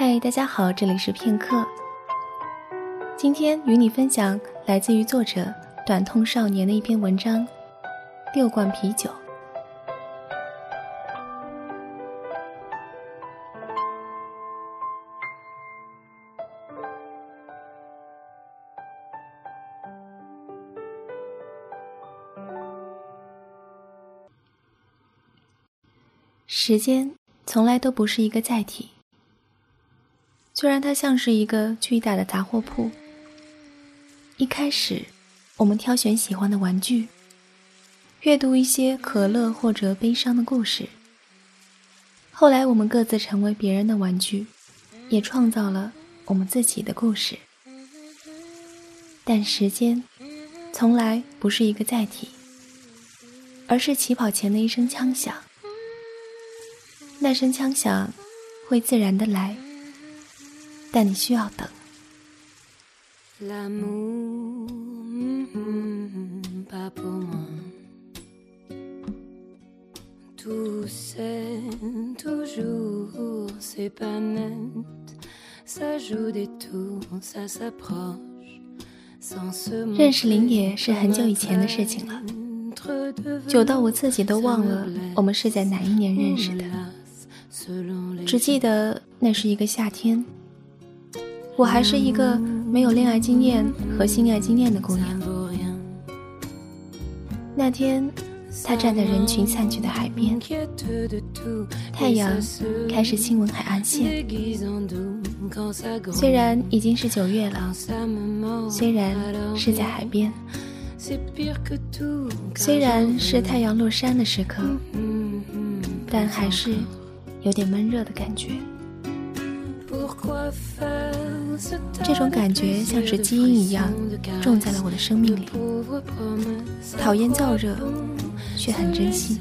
嗨，大家好，这里是片刻。今天与你分享来自于作者短痛少年的一篇文章，6罐啤酒。时间从来都不是一个载体，虽然它像是一个巨大的杂货铺。一开始，我们挑选喜欢的玩具，阅读一些可乐或者悲伤的故事。后来我们各自成为别人的玩具，也创造了我们自己的故事。但时间从来不是一个载体，而是起跑前的一声枪响。那声枪响会自然地来，但你需要等。 L'amour, pas pour moi. Tout c'est toujours, c'est pas net. Ça joue des tours, ça s'approche. 认识林野是很久以前的事情了，久到我自己都忘了我们是在哪一年认识的，只记得那是一个夏天，我还是一个没有恋爱经验和性爱经验的姑娘。那天她站在人群散去的海边，太阳开始亲吻海岸线。虽然已经是9月了，虽然是在海边，虽然是太阳落山的时刻，但还是有点闷热的感觉。这种感觉像是基因一样种在了我的生命里，讨厌燥热，却很珍惜。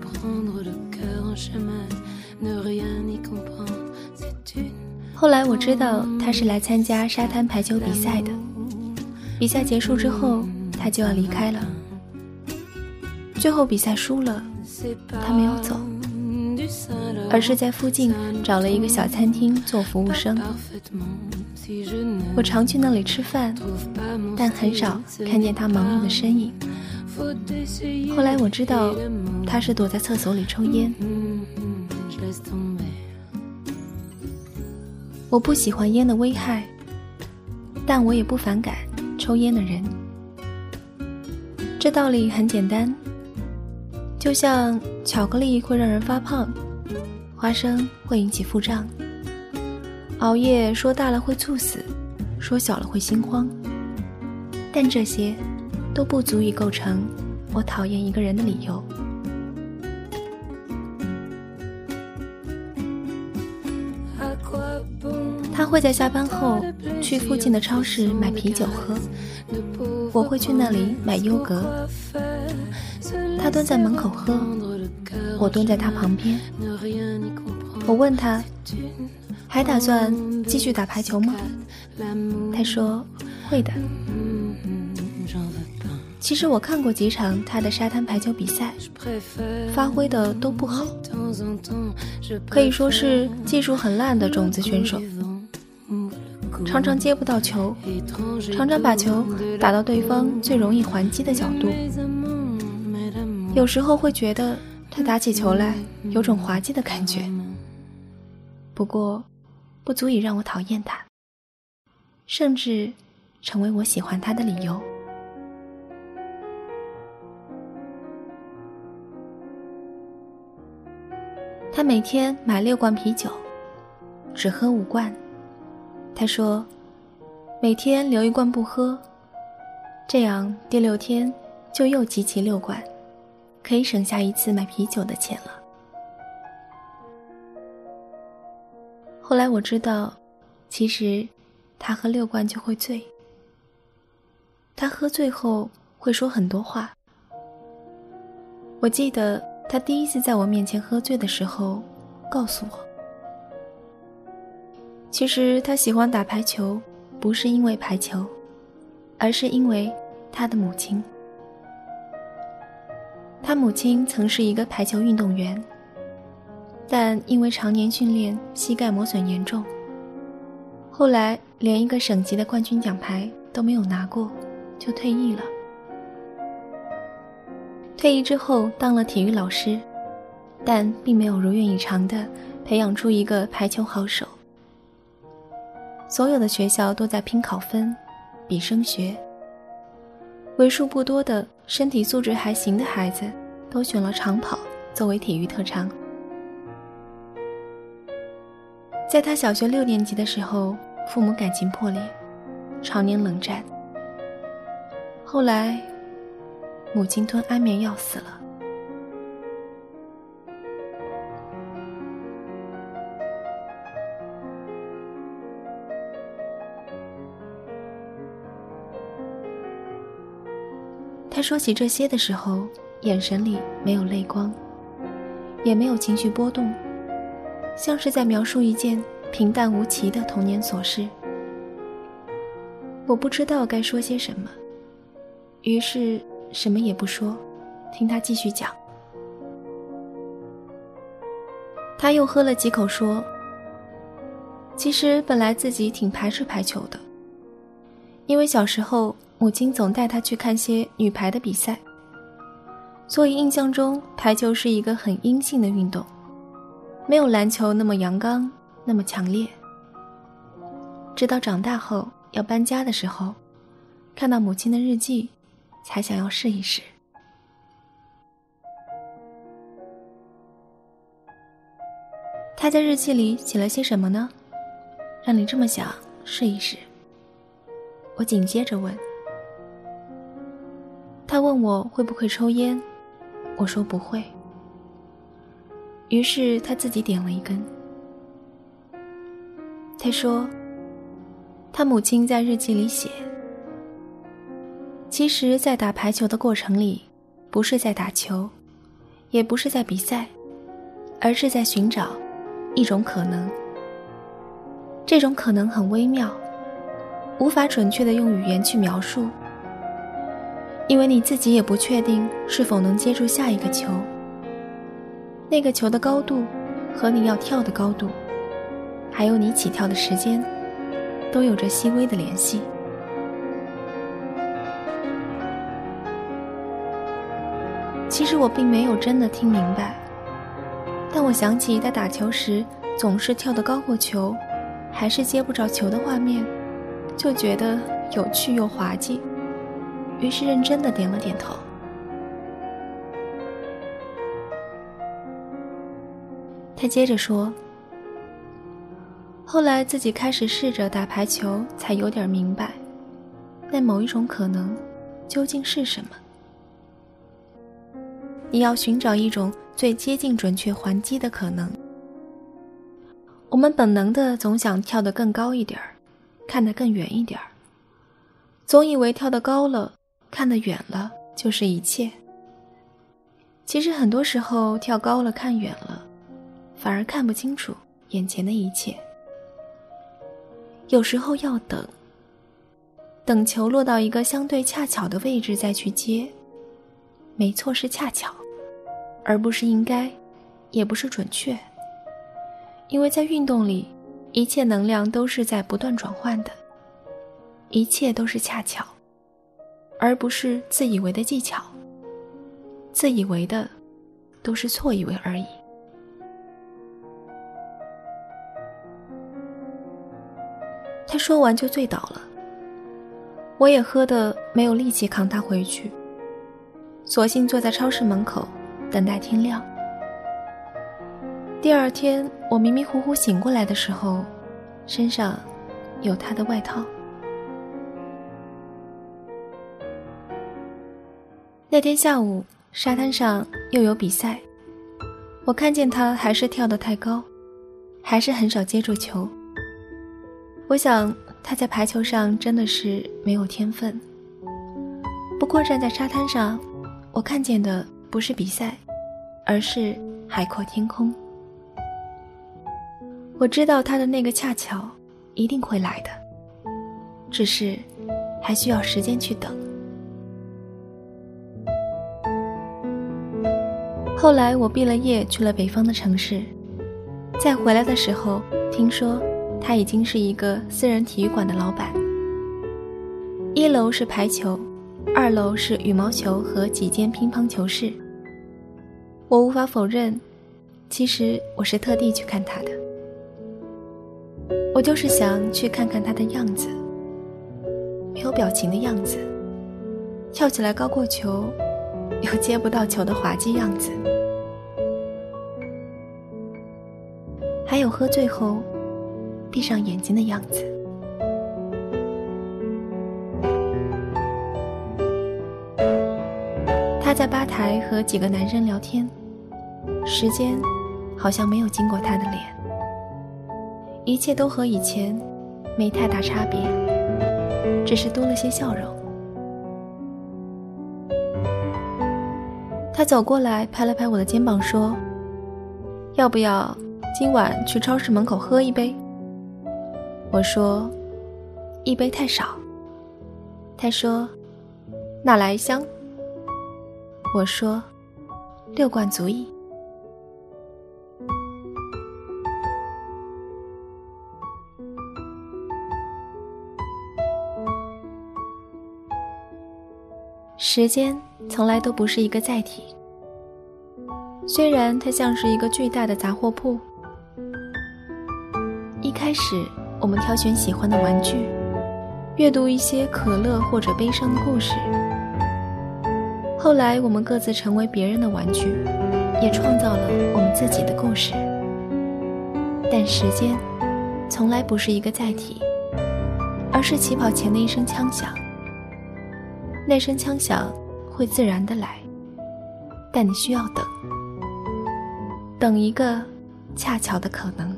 后来我知道他是来参加沙滩排球比赛的，比赛结束之后他就要离开了。最后比赛输了，他没有走，而是在附近找了一个小餐厅做服务生。我常去那里吃饭，但很少看见他忙碌的身影。后来我知道他是躲在厕所里抽烟。我不喜欢烟的危害，但我也不反感抽烟的人。这道理很简单，就像巧克力会让人发胖，花生会引起腹胀，熬夜说大了会猝死，说小了会心慌，但这些都不足以构成我讨厌一个人的理由。他会在下班后去附近的超市买啤酒喝，我会去那里买优格。他蹲在门口喝，我蹲在他旁边。我问他还打算继续打排球吗？他说会的。其实我看过几场他的沙滩排球比赛，发挥的都不好，可以说是技术很烂的种子选手，常常接不到球，常常把球打到对方最容易还击的角度。有时候会觉得他打起球来有种滑稽的感觉，不过不足以让我讨厌他，甚至成为我喜欢他的理由。他每天买6罐啤酒，只喝5罐。他说每天留1罐不喝，这样第6天就又集齐6罐，可以省下一次买啤酒的钱了。后来我知道，其实他喝6罐就会醉。他喝醉后会说很多话。我记得他第一次在我面前喝醉的时候告诉我，其实他喜欢打排球，不是因为排球，而是因为他的母亲。他母亲曾是一个排球运动员，但因为常年训练膝盖磨损严重， 后来连一个省级的冠军奖牌都没有拿过，就退役了。退役之后当了体育老师，但并没有如愿以偿地培养出一个排球好手。所有的学校都在拼考分，比升学，为数不多的身体素质还行的孩子都选了长跑作为体育特长。在他小学6年级的时候，父母感情破裂，常年冷战。后来母亲吞安眠药死了。他说起这些的时候，眼神里没有泪光，也没有情绪波动，像是在描述一件平淡无奇的童年琐事。我不知道该说些什么，于是什么也不说，听他继续讲。他又喝了几口说，其实本来自己挺排斥排球的，因为小时候母亲总带他去看些女排的比赛，所以印象中排球是一个很阴性的运动，没有篮球那么阳刚，那么强烈。直到长大后要搬家的时候，看到母亲的日记，才想要试一试。他在日记里写了些什么呢？让你这么想试一试。我紧接着问。他问我会不会抽烟，我说不会。于是他自己点了一根。他说，他母亲在日记里写，其实在打排球的过程里，不是在打球，也不是在比赛，而是在寻找一种可能。这种可能很微妙，无法准确地用语言去描述，因为你自己也不确定是否能接住下一个球，那个球的高度和你要跳的高度，还有你起跳的时间，都有着细微的联系。其实我并没有真的听明白，但我想起他打球时总是跳得高过球，还是接不着球的画面，就觉得有趣又滑稽，于是认真地点了点头。他接着说，后来自己开始试着打排球，才有点明白，那某一种可能究竟是什么。你要寻找一种最接近准确还击的可能。我们本能的总想跳得更高一点儿，看得更远一点儿，总以为跳得高了，看得远了就是一切。其实很多时候跳高了看远了，反而看不清楚眼前的一切。有时候要等球落到一个相对恰巧的位置再去接，没错，是恰巧，而不是应该，也不是准确。因为在运动里，一切能量都是在不断转换的，一切都是恰巧，而不是自以为的技巧，自以为的都是错以为而已。他说完就醉倒了，我也喝得没有力气扛他回去，索性坐在超市门口等待天亮。第二天我迷迷糊糊醒过来的时候，身上有他的外套。那天下午沙滩上又有比赛，我看见他还是跳得太高，还是很少接住球。我想他在排球上真的是没有天分。不过站在沙滩上，我看见的不是比赛，而是海阔天空。我知道他的那个恰巧一定会来的，只是还需要时间去等。后来我毕了业去了北方的城市，在回来的时候听说他已经是一个私人体育馆的老板。1楼是排球，2楼是羽毛球和几间乒乓球室。我无法否认，其实我是特地去看他的。我就是想去看看他的样子，没有表情的样子，跳起来高过球又接不到球的滑稽样子，还有喝醉后闭上眼睛的样子。他在吧台和几个男生聊天，时间好像没有经过他的脸，一切都和以前没太大差别，只是多了些笑容。他走过来拍了拍我的肩膀说，要不要今晚去超市门口喝一杯？我说1杯太少。他说那来1箱。我说6罐足矣。时间从来都不是一个载体，虽然它像是一个巨大的杂货铺。一开始我们挑选喜欢的玩具，阅读一些可乐或者悲伤的故事，后来我们各自成为别人的玩具，也创造了我们自己的故事。但时间从来不是一个载体，而是起跑前的一声枪响。那声枪响会自然地来，但你需要等一个恰巧的可能。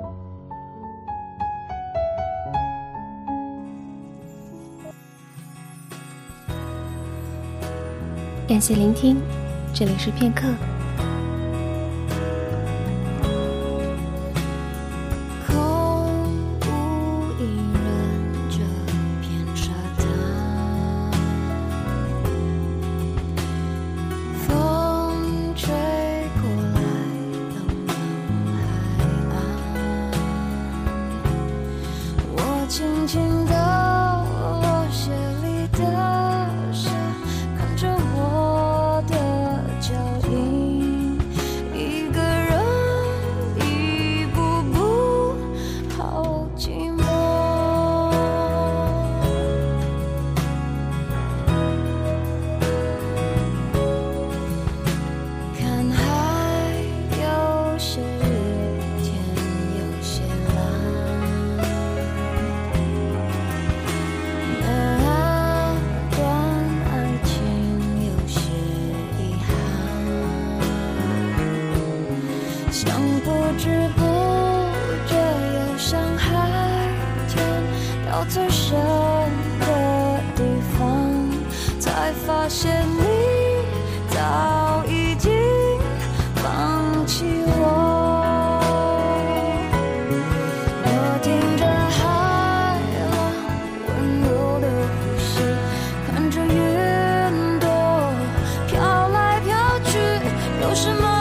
感谢聆听，这里是片刻。 轻轻地落鞋里的沙，看着我的脚印，一个人一步步，好寂寞。看海有些热，天有些蓝。像不知不觉游向海天，到最深的地方，才发现你早已经放弃我。我听着海浪温柔的呼吸，看着云朵飘来飘去，有什么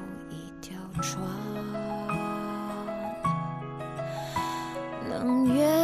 能远